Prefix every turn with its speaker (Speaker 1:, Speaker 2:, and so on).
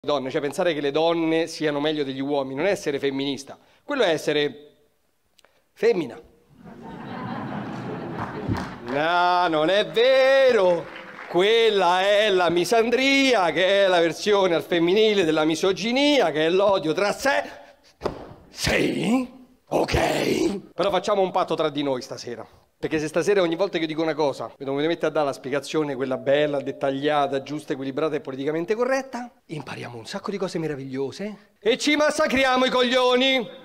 Speaker 1: donne, cioè pensare che le donne siano meglio degli uomini, non è essere femminista, quello è essere femmina. No, non è vero. Quella è la misandria, che è la versione al femminile della misoginia, che è l'odio tra sé. Sì? Ok. Però facciamo un patto tra di noi stasera. Perché se stasera ogni volta che io dico una cosa, mi devo mettere a dare la spiegazione, quella bella, dettagliata, giusta, equilibrata e politicamente corretta, impariamo un sacco di cose meravigliose e ci massacriamo i coglioni.